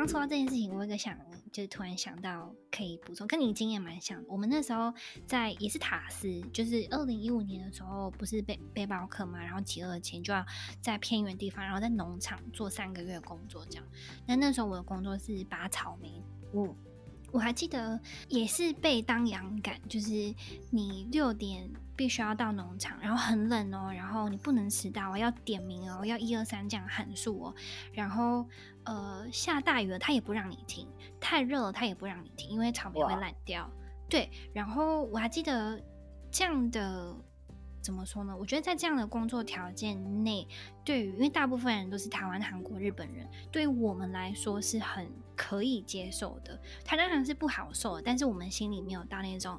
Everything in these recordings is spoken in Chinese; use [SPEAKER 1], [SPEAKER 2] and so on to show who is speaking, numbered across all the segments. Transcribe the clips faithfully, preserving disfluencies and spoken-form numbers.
[SPEAKER 1] 刚说到这件事情，我有个想，就是突然想到可以补充，跟你经验蛮像的。我们那时候在也是塔斯，就是二零一五年的时候，不是背背包客嘛，然后集二钱就要在偏远地方，然后在农场做三个月工作这样。那那时候我的工作是拔草莓，嗯。我还记得也是被当羊赶，就是你六点必须要到农场，然后很冷哦，然后你不能迟到哦，要点名哦，要一二三这样喊数哦，然后呃下大雨了他也不让你停，太热了他也不让你停，因为草莓会烂掉。对，然后我还记得这样的。怎么说呢？我觉得在这样的工作条件内，对于因为大部分人都是台湾、韩国、日本人，对于我们来说是很可以接受的。它当然是不好受的，但是我们心里没有到那种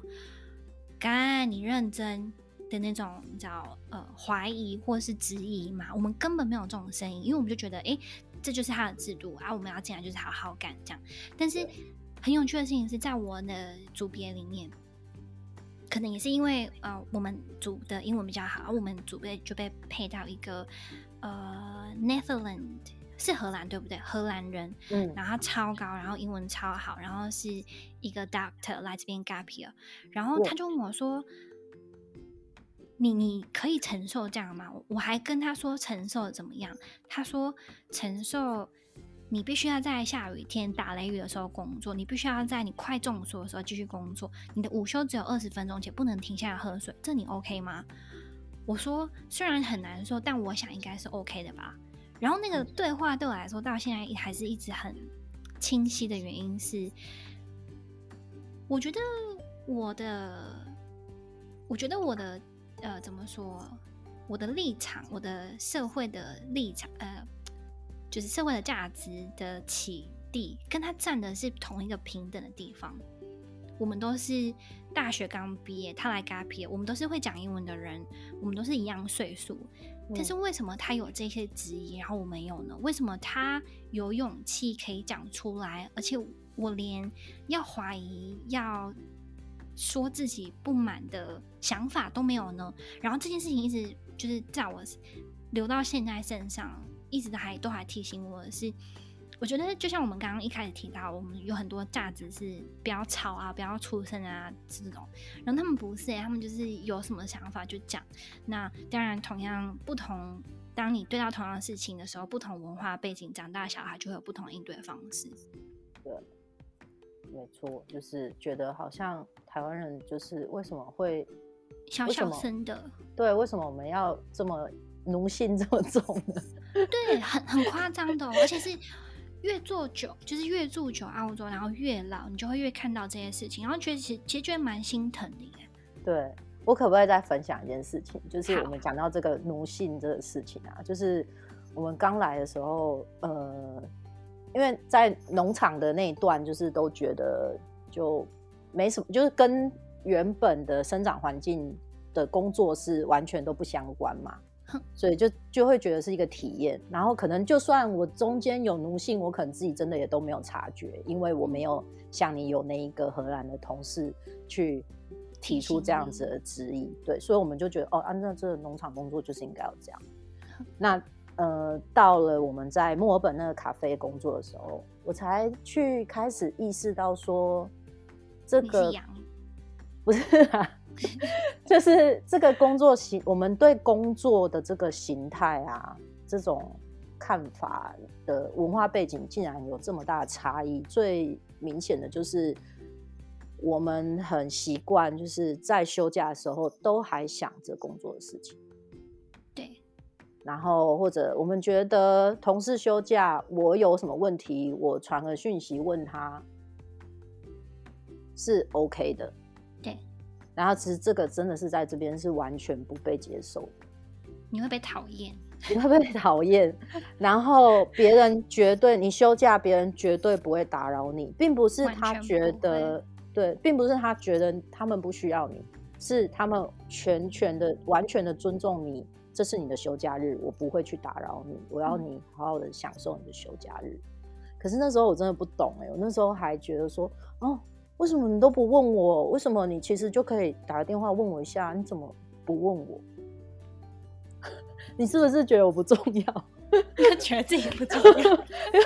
[SPEAKER 1] “干你认真”的那种，你知道呃怀疑或是质疑嘛？我们根本没有这种声音，因为我们就觉得，哎，这就是他的制度啊，我们要进来就是好好干这样。但是很有趣的事情是在我的组别里面。可能也是因为呃，我们组的英文比较好，我们组队就被配到一个呃 Netherlands 是荷兰对不对？荷兰人，嗯，然后他超高，然后英文超好，然后是一个 doctor 来这边 gap year， 然后他就问我说：“你你可以承受这样吗？”我还跟他说承受怎么样？他说承受。你必须要在下雨天打雷雨的时候工作，你必须要在你快中暑的时候继续工作，你的午休只有二十分钟，且不能停下来喝水，这你 OK 吗？我说虽然很难受，但我想应该是 OK 的吧。然后那个对话对我来说到现在还是一直很清晰的原因是，我觉得我的，我觉得我的呃怎么说，我的立场，我的社会的立场，呃。就是社会的价值的起地，跟他站的是同一个平等的地方。我们都是大学刚毕业，他来gap year，我们都是会讲英文的人，我们都是一样岁数。但是为什么他有这些质疑，然后我没有呢？为什么他有勇气可以讲出来，而且我连要怀疑、要说自己不满的想法都没有呢？然后这件事情一直就是在我留到现在身上。一直都还都还提醒我的是，我觉得就像我们刚刚一开始提到，我们有很多价值是不要吵啊，不要出声啊这种，然后他们不是、欸，他们就是有什么想法就讲。那当然，同样不同，当你对到同样的事情的时候，不同文化背景长大的小孩就会有不同的应对方式。
[SPEAKER 2] 对，没错，就是觉得好像台湾人就是为什么会
[SPEAKER 1] 小小声的，
[SPEAKER 2] 对，为什么我们要这么奴性这么重呢？
[SPEAKER 1] 对，很很夸张的、哦，而且是越做久，就是越住久澳洲，然后越老，你就会越看到这些事情，然后觉得其实其实觉得蛮心疼的耶。
[SPEAKER 2] 对，我可不可以再分享一件事情？就是我们讲到这个奴性这个事情啊，就是我们刚来的时候，呃，因为在农场的那一段，就是都觉得就没什么，就是跟原本的生长环境的工作是完全都不相关嘛。所以就就会觉得是一个体验，然后可能就算我中间有奴性，我可能自己真的也都没有察觉，因为我没有像你有那一个荷兰的同事去提出这样子的质疑，对，所以我们就觉得哦，按照这个农场工作就是应该要这样。那呃，到了我们在墨尔本那个咖啡工作的时候，我才去开始意识到说，这个
[SPEAKER 1] 你是羊
[SPEAKER 2] 不是啊。就是这个工作形，我们对工作的这个形态啊，这种看法的文化背景竟然有这么大的差异。最明显的就是我们很习惯，就是在休假的时候都还想着工作的事情。
[SPEAKER 1] 对。
[SPEAKER 2] 然后或者我们觉得同事休假，我有什么问题，我传个讯息问他是 OK 的。
[SPEAKER 1] 对。
[SPEAKER 2] 然后其实这个真的是在这边是完全不被接受的，
[SPEAKER 1] 你会被讨厌，
[SPEAKER 2] 你会被讨厌，然后别人绝对你休假，别人绝对不会打扰你，并不是他觉得对，并不是他觉得他们不需要你，是他们全权的、完全的尊重你，这是你的休假日，我不会去打扰你，我要你好好的享受你的休假日。可是那时候我真的不懂哎、欸，我那时候还觉得说，哦。为什么你都不问我？为什么你其实就可以打个电话问我一下？你怎么不问我？你是不是觉得我不重要？
[SPEAKER 1] 觉得自己不重要？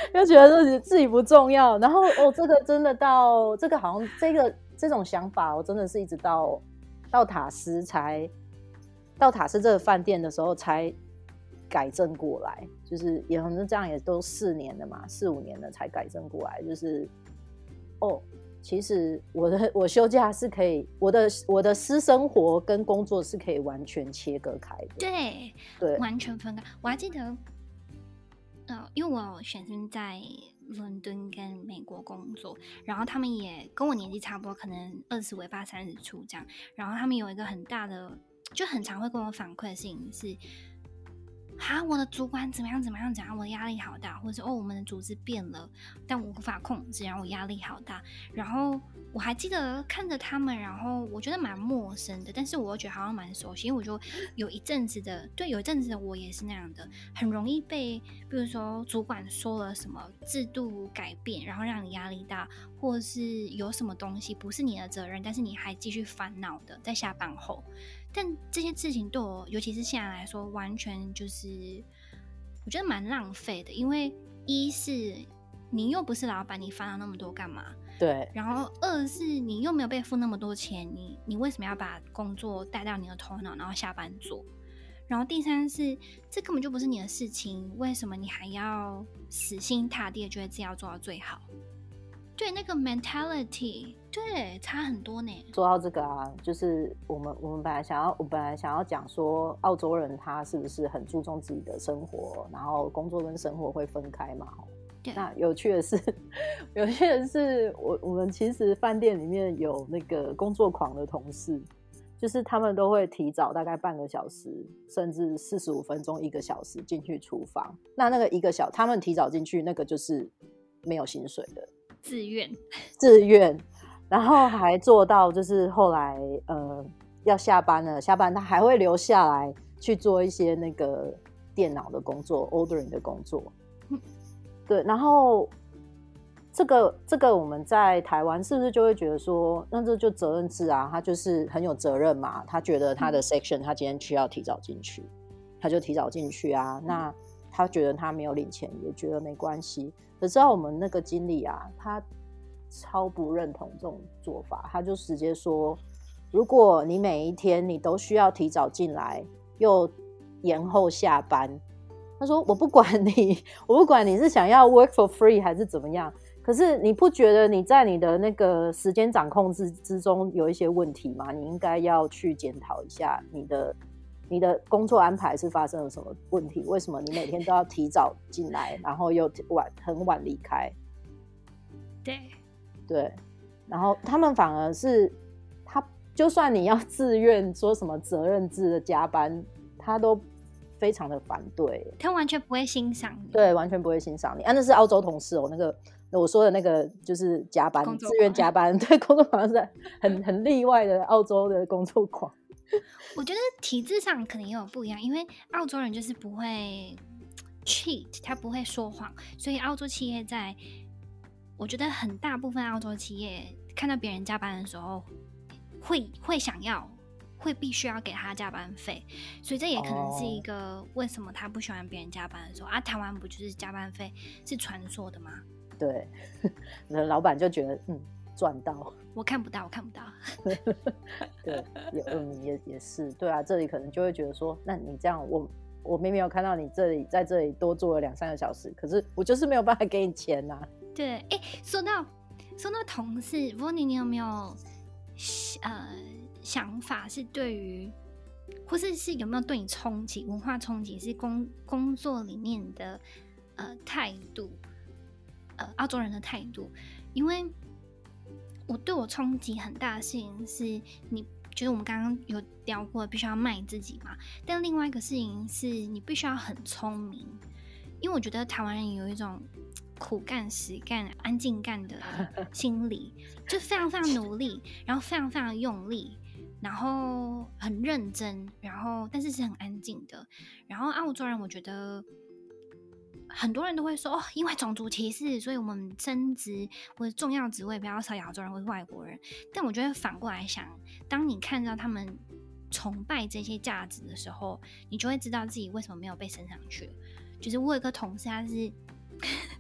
[SPEAKER 2] 就觉得自己自己不重要。然后哦，这个真的到这个好像这个这种想法，我真的是一直到到塔斯才到塔斯这个饭店的时候才改正过来，就是也可能这样也都四年了嘛，四五年了才改正过来，就是哦。其实我的我休假是可以，我的我的私生活跟工作是可以完全切割开的，
[SPEAKER 1] 对
[SPEAKER 2] 对，
[SPEAKER 1] 完全分开。我还记得，呃，因为我有学生在伦敦跟美国工作，然后他们也跟我年纪差不多，可能二十尾巴三十出这样。然后他们有一个很大的，就很常会跟我反馈的事情是，哈，我的主管怎么样怎么样怎样，我的压力好大，或者是哦，我们的组织变了，但我无法控制，然后我压力好大。然后我还记得看着他们，然后我觉得蛮陌生的，但是我又觉得好像蛮熟悉，因为我就有一阵子的，对，有一阵子的我也是那样的，很容易被，比如说主管说了什么制度改变，然后让你压力大，或者是有什么东西不是你的责任，但是你还继续烦恼的，在下班后。但这些事情对我，尤其是现在来说，完全就是我觉得蛮浪费的。因为一是你又不是老板，你烦恼那么多干嘛？
[SPEAKER 2] 对。
[SPEAKER 1] 然后二是你又没有被付那么多钱，你你为什么要把工作带到你的头脑，然后下班做？然后第三是这根本就不是你的事情，为什么你还要死心塌地的觉得自己要做到最好？对，那个 mentality 对差很多呢。
[SPEAKER 2] 说到这个啊，就是我们我们本来想要，我本来想要讲说，澳洲人他是不是很注重自己的生活，然后工作跟生活会分开嘛？那有趣的是，有趣的是，我我们其实饭店里面有那个工作狂的同事，就是他们都会提早大概半个小时，甚至四十五分钟、一个小时进去厨房。那那个一个小，他们提早进去，那个就是没有薪水的。
[SPEAKER 1] 自愿
[SPEAKER 2] 自愿，然后还做到就是后来呃要下班了，下班他还会留下来去做一些那个电脑的工作 ordering 的工作。对，然后这个这个我们在台湾是不是就会觉得说，那这就责任制啊，他就是很有责任嘛，他觉得他的 section 他今天需要提早进去，他就提早进去啊，那他觉得他没有领钱也觉得没关系。可是我们那个经理啊，他超不认同这种做法，他就直接说，如果你每一天你都需要提早进来，又延后下班，他说我不管你，我不管你是想要 work for free 还是怎么样，可是你不觉得你在你的那个时间掌控之之中有一些问题吗？你应该要去检讨一下你的你的工作安排是发生了什么问题？为什么你每天都要提早进来，然后又晚很晚离开？
[SPEAKER 1] 对
[SPEAKER 2] 对，然后他们反而是他，就算你要自愿说什么责任制的加班，他都非常的反对，
[SPEAKER 1] 他完全不会欣赏你。
[SPEAKER 2] 对，完全不会欣赏你啊！那是澳洲同事哦，那个我说的那个就是加班，自愿加班，对，工作狂是很很例外的澳洲的工作狂。
[SPEAKER 1] 我觉得体制上可能也有不一样，因为澳洲人就是不会 cheat， 他不会说谎，所以澳洲企业在，我觉得很大部分澳洲企业看到别人加班的时候，会会想要，会必须要给他加班费，所以这也可能是一个为什么他不喜欢别人加班的时候、oh. 啊。台湾不就是加班费是传说的吗？
[SPEAKER 2] 对，老板就觉得嗯赚到。
[SPEAKER 1] 我看不到，我看不到。
[SPEAKER 2] 对，也嗯也也是，对啊，这里可能就会觉得说，那你这样，我我明明有看到你这里在这里多做了两三个小时，可是我就是没有办法给你钱呐、啊。
[SPEAKER 1] 对，哎，说到说到同事 Vonnie 你有没有呃想法是对于，或是是有没有对你冲击文化冲击，是工工作里面的呃态度，呃澳洲人的态度？因为我对我冲击很大的事情是，你就是我们刚刚有聊过，必须要卖自己嘛。但另外一个事情是你必须要很聪明，因为我觉得台湾人有一种苦干、实干、安静干的心理，就非常非常努力，然后非常非常用力，然后很认真，然后但是是很安静的。然后澳洲人，我觉得很多人都会说哦，因为种族歧视，所以我们升职或者重要职位不要找亚洲人或是外国人。但我觉得反过来想，当你看到他们崇拜这些价值的时候，你就会知道自己为什么没有被升上去。就是我有一个同事，他是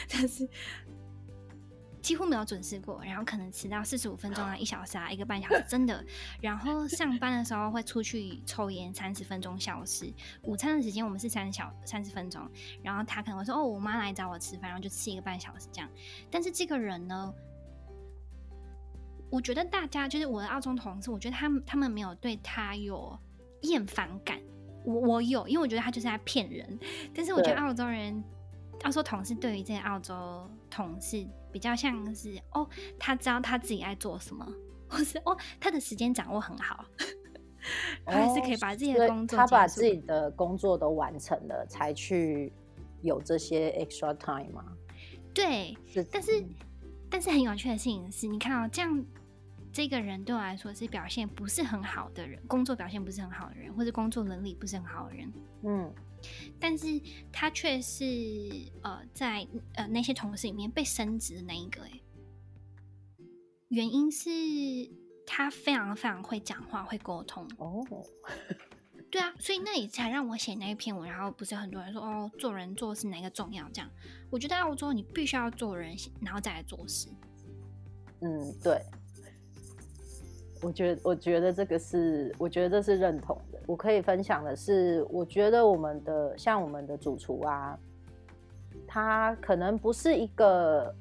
[SPEAKER 1] 但是几乎没有准时过，然后可能迟到四十五分钟啊，一小时啊，一个半小时，真的。然后上班的时候会出去抽烟，三十分钟消失。午餐的时间我们是三小三十分钟，然后他可能会说哦，我妈来找我吃饭，然后就吃一个半小时这样。但是这个人呢，我觉得大家就是我的澳洲同事，我觉得他们他们没有对他有厌烦感，我我有，因为我觉得他就是在骗人。但是我觉得澳洲人。澳洲同事对于这个澳洲同事比较像是哦，他知道他自己爱做什么，或是哦，他的时间掌握很好，他还是可以把自己的工作、
[SPEAKER 2] 哦、他把自己的工作都完成了，才去有这些 extra time 嘛。
[SPEAKER 1] 对，但是、嗯、但是很有趣的事情是，你看哦，这样这个人对我来说是表现不是很好的人，工作表现不是很好的人，或者工作能力不是很好的人，嗯。但是他却是呃在呃那些同事里面被升职的那一个，哎，原因是他非常非常会讲话，会沟通哦。对啊，所以那也才让我写那一篇文。然后不是很多人说哦，做人做事哪个重要？这样，我觉得澳洲你必须要做人，然后再来做事。
[SPEAKER 2] 嗯，对。我觉得，我觉得这个是，我觉得这是认同的。我可以分享的是，我觉得我们的像我们的主厨啊，他可能不是一个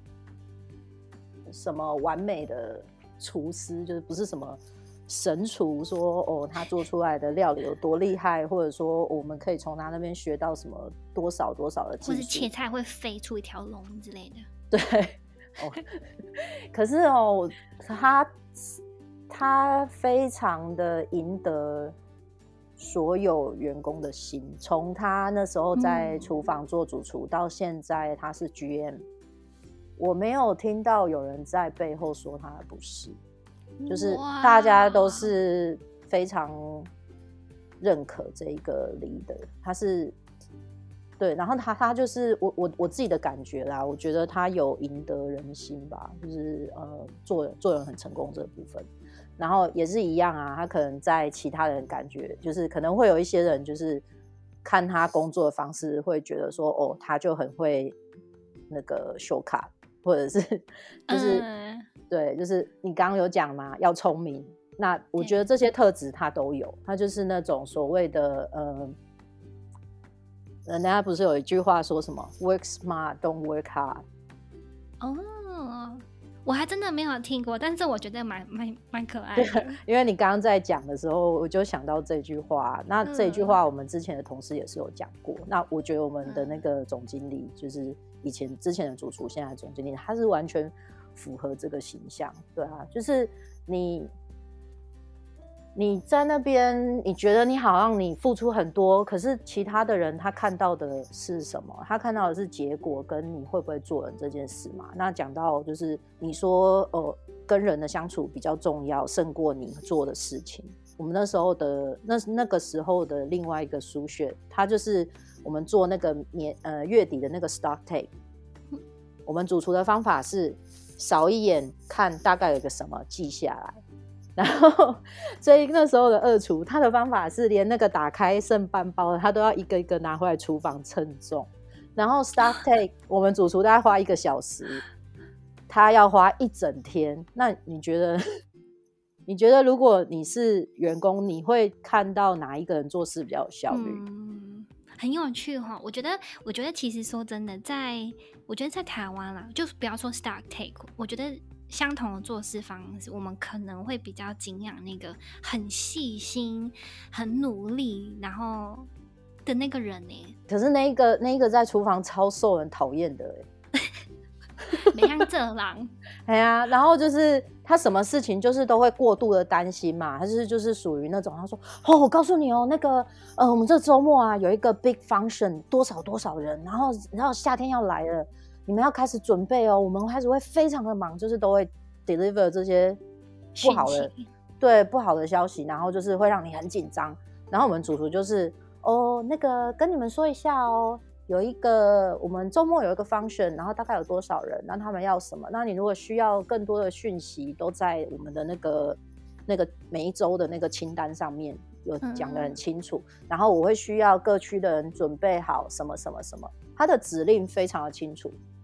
[SPEAKER 2] 什么完美的厨师，就是不是什么神厨说，说哦他做出来的料理有多厉害，或者说我们可以从他那边学到什么多少多少的技术，
[SPEAKER 1] 或是切菜会飞出一条龙之类的。
[SPEAKER 2] 对，哦，可是哦，他。他非常的赢得所有员工的心，从他那时候在厨房做主厨、嗯、到现在他是 G M， 我没有听到有人在背后说他的不是，就是大家都是非常认可这一个 leader， 他是对，然后他他就是我我我自己的感觉啦，我觉得他有赢得人心吧，就是呃做做人很成功这部分。然后也是一样啊，他可能在其他人感觉就是可能会有一些人就是看他工作的方式会觉得说哦他就很会那个修卡，或者是就是、嗯、对，就是你刚刚有讲嘛，要聪明，那我觉得这些特质他都有，他就是那种所谓的呃人家不是有一句话说什么 work smart don't work hard。
[SPEAKER 1] 哦，我还真的没有听过，但是我觉得蛮蛮蛮可爱的。
[SPEAKER 2] 因为你刚刚在讲的时候，我就想到这句话。那这句话我们之前的同事也是有讲过、嗯。那我觉得我们的那个总经理，就是以前之前的主厨，现在的总经理，他是完全符合这个形象。对啊，就是你你在那边，你觉得你好像你付出很多，可是其他的人他看到的是什么？他看到的是结果跟你会不会做人这件事嘛。那讲到就是你说呃跟人的相处比较重要，胜过你做的事情。我们那时候的那那个时候的另外一个书选，他就是我们做那个年呃月底的那个 stock take， 我们主厨的方法是扫一眼看大概有个什么记下来。然后所以那时候的二厨他的方法是连那个打开剩半包的他都要一个一个拿回来厨房称重，然后 stock take 我们主厨大概花一个小时，他要花一整天。那你觉得你觉得如果你是员工，你会看到哪一个人做事比较有效率？
[SPEAKER 1] 嗯，很有趣哈、哦。我觉得我觉得其实说真的，在我觉得在台湾啦，就不要说 stock take， 我觉得相同的做事方式，我们可能会比较敬仰那个很细心、很努力，然后的那个人呢。
[SPEAKER 2] 可是那一个那一个在厨房超受人讨厌的哎，
[SPEAKER 1] 没像这狼。
[SPEAKER 2] 哎呀，然后就是他什么事情就是都会过度的担心嘛，他就是就是属于那种他说哦，我告诉你哦，那个呃，我们这周末啊有一个 big function， 多少多少人，然后然后夏天要来了。你们要开始准备哦，我们开始会非常的忙，就是都会 deliver 这些不好的对不好的消息，然后就是会让你很紧张。然后我们主厨就是哦，那个跟你们说一下哦，有一个我们周末有一个 function， 然后大概有多少人，那他们要什么？那你如果需要更多的讯息，都在我们的那个那个每一周的那个清单上面有讲得很清楚、嗯。然后我会需要各区的人准备好什么什么什么，他的指令非常的清楚。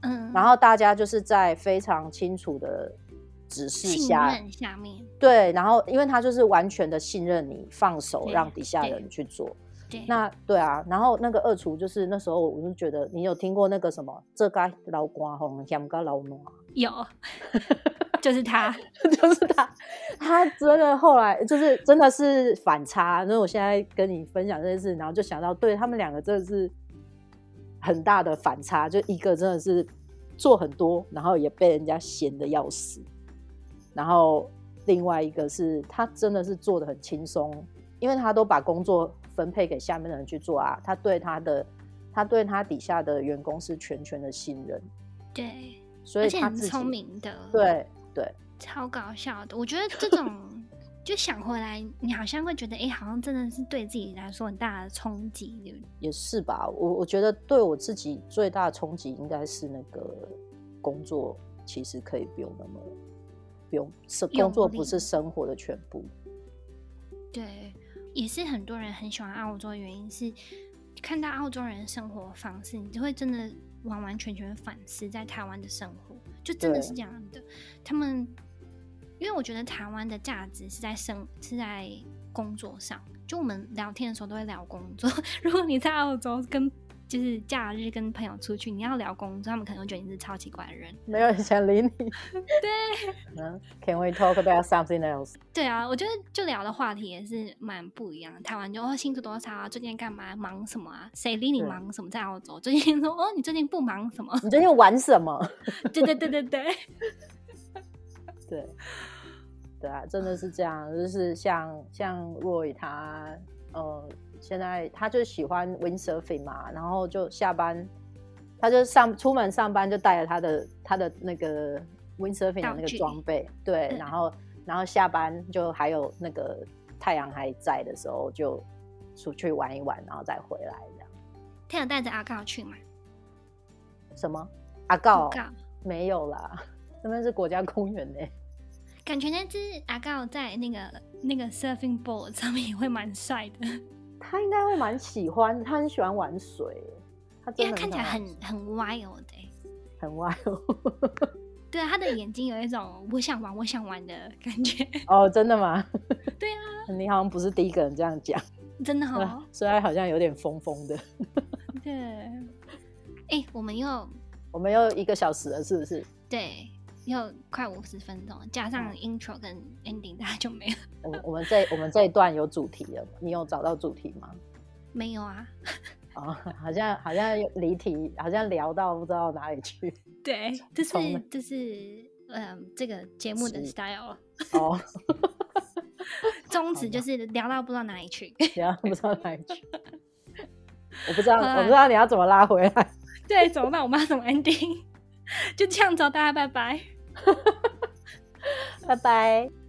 [SPEAKER 1] 嗯，
[SPEAKER 2] 然后大家就是在非常清楚的指示下，
[SPEAKER 1] 信任下面，
[SPEAKER 2] 对，然后因为他就是完全的信任你，放手
[SPEAKER 1] 对
[SPEAKER 2] 让底下的人去做。
[SPEAKER 1] 对，
[SPEAKER 2] 那对啊，然后那个二厨就是那时候我就觉得，你有听过那个什么这该老瓜红咸个老暖，
[SPEAKER 1] 有，就是他，
[SPEAKER 2] 就是他，他真的后来就是真的是反差。因为我现在跟你分享这件事，然后就想到，对他们两个真的是很大的反差，就一个真的是做很多，然后也被人家嫌得要死，然后另外一个是他真的是做得很轻松，因为他都把工作分配给下面的人去做啊，他对他的他对他底下的员工是全权的信任，
[SPEAKER 1] 对，
[SPEAKER 2] 所以他自己
[SPEAKER 1] 而且很聪明的，
[SPEAKER 2] 对对，
[SPEAKER 1] 超搞笑的。我觉得这种就想回来，你好像会觉得，哎、欸，好像真的是对自己来说很大的冲击，对不对？
[SPEAKER 2] 也是吧。我我觉得对我自己最大的冲击应该是那个工作，其实可以不用那么不用，工作不是生活的全部。
[SPEAKER 1] 对，也是很多人很喜欢澳洲的原因是，看到澳洲人的生活方式，你就会真的完完全全反思在台湾的生活，就真的是这样的。他们，因为我觉得台湾的价值是在生是在工作上，就我们聊天的时候都会聊工作。如果你在澳洲跟就是假日跟朋友出去，你要聊工作，他们可能会觉得你是超奇怪的人，
[SPEAKER 2] 没有人想理你。
[SPEAKER 1] 对。
[SPEAKER 2] 嗯 Can we talk about something else？
[SPEAKER 1] 对啊，我觉得就聊的话题也是蛮不一样的。台湾就哦薪水多少啊，最近干嘛，忙什么啊？谁理你忙什么？在澳洲最近说哦你最近不忙什么？
[SPEAKER 2] 你最近玩什么？
[SPEAKER 1] 对对对对对，
[SPEAKER 2] 对对啊，真的是这样。就是像像 Roy 他呃。现在他就喜欢 windsurfing 嘛，然后就下班，他就上出门上班就带着他的他的那个 windsurfing 的那个装备，对，嗯、然后然后下班就还有那个太阳还在的时候就出去玩一玩，然后再回来这样。
[SPEAKER 1] 他有带着阿告去吗？
[SPEAKER 2] 什么阿告？没有啦，那边是国家公园呢、欸。
[SPEAKER 1] 感觉那只阿告在那个那个 surfing board 上面也会蛮帅的。
[SPEAKER 2] 他应该会蛮喜欢，他很喜欢玩水，他真的
[SPEAKER 1] 因为他看起来很很 wild 的、欸，
[SPEAKER 2] 很 wild。
[SPEAKER 1] 对啊，他的眼睛有一种我想玩我想玩的感觉。
[SPEAKER 2] 哦，真的吗？
[SPEAKER 1] 对啊，
[SPEAKER 2] 你好像不是第一个人这样讲，
[SPEAKER 1] 真的哦，
[SPEAKER 2] 虽然好像有点疯疯的。
[SPEAKER 1] 对，哎、欸，我们又
[SPEAKER 2] 我们又一个小时了，是不是？
[SPEAKER 1] 对。又快五十分钟，加上 intro 跟 ending， 大家就没了。
[SPEAKER 2] 我们我们这我们这一段有主题了，你有找到主题吗？
[SPEAKER 1] 没有啊。
[SPEAKER 2] 哦，好像好像离题，好像聊到不知道哪里去。
[SPEAKER 1] 对，这是这是嗯这个节目的 style。
[SPEAKER 2] 哦。
[SPEAKER 1] 宗旨就是聊到不知道哪里去，
[SPEAKER 2] 聊到不知道哪里去。我不知道，我不知道你要怎么拉回来。
[SPEAKER 1] 对，怎么办？我们要怎么 ending？就这样走，大家拜拜。
[SPEAKER 2] 拜拜。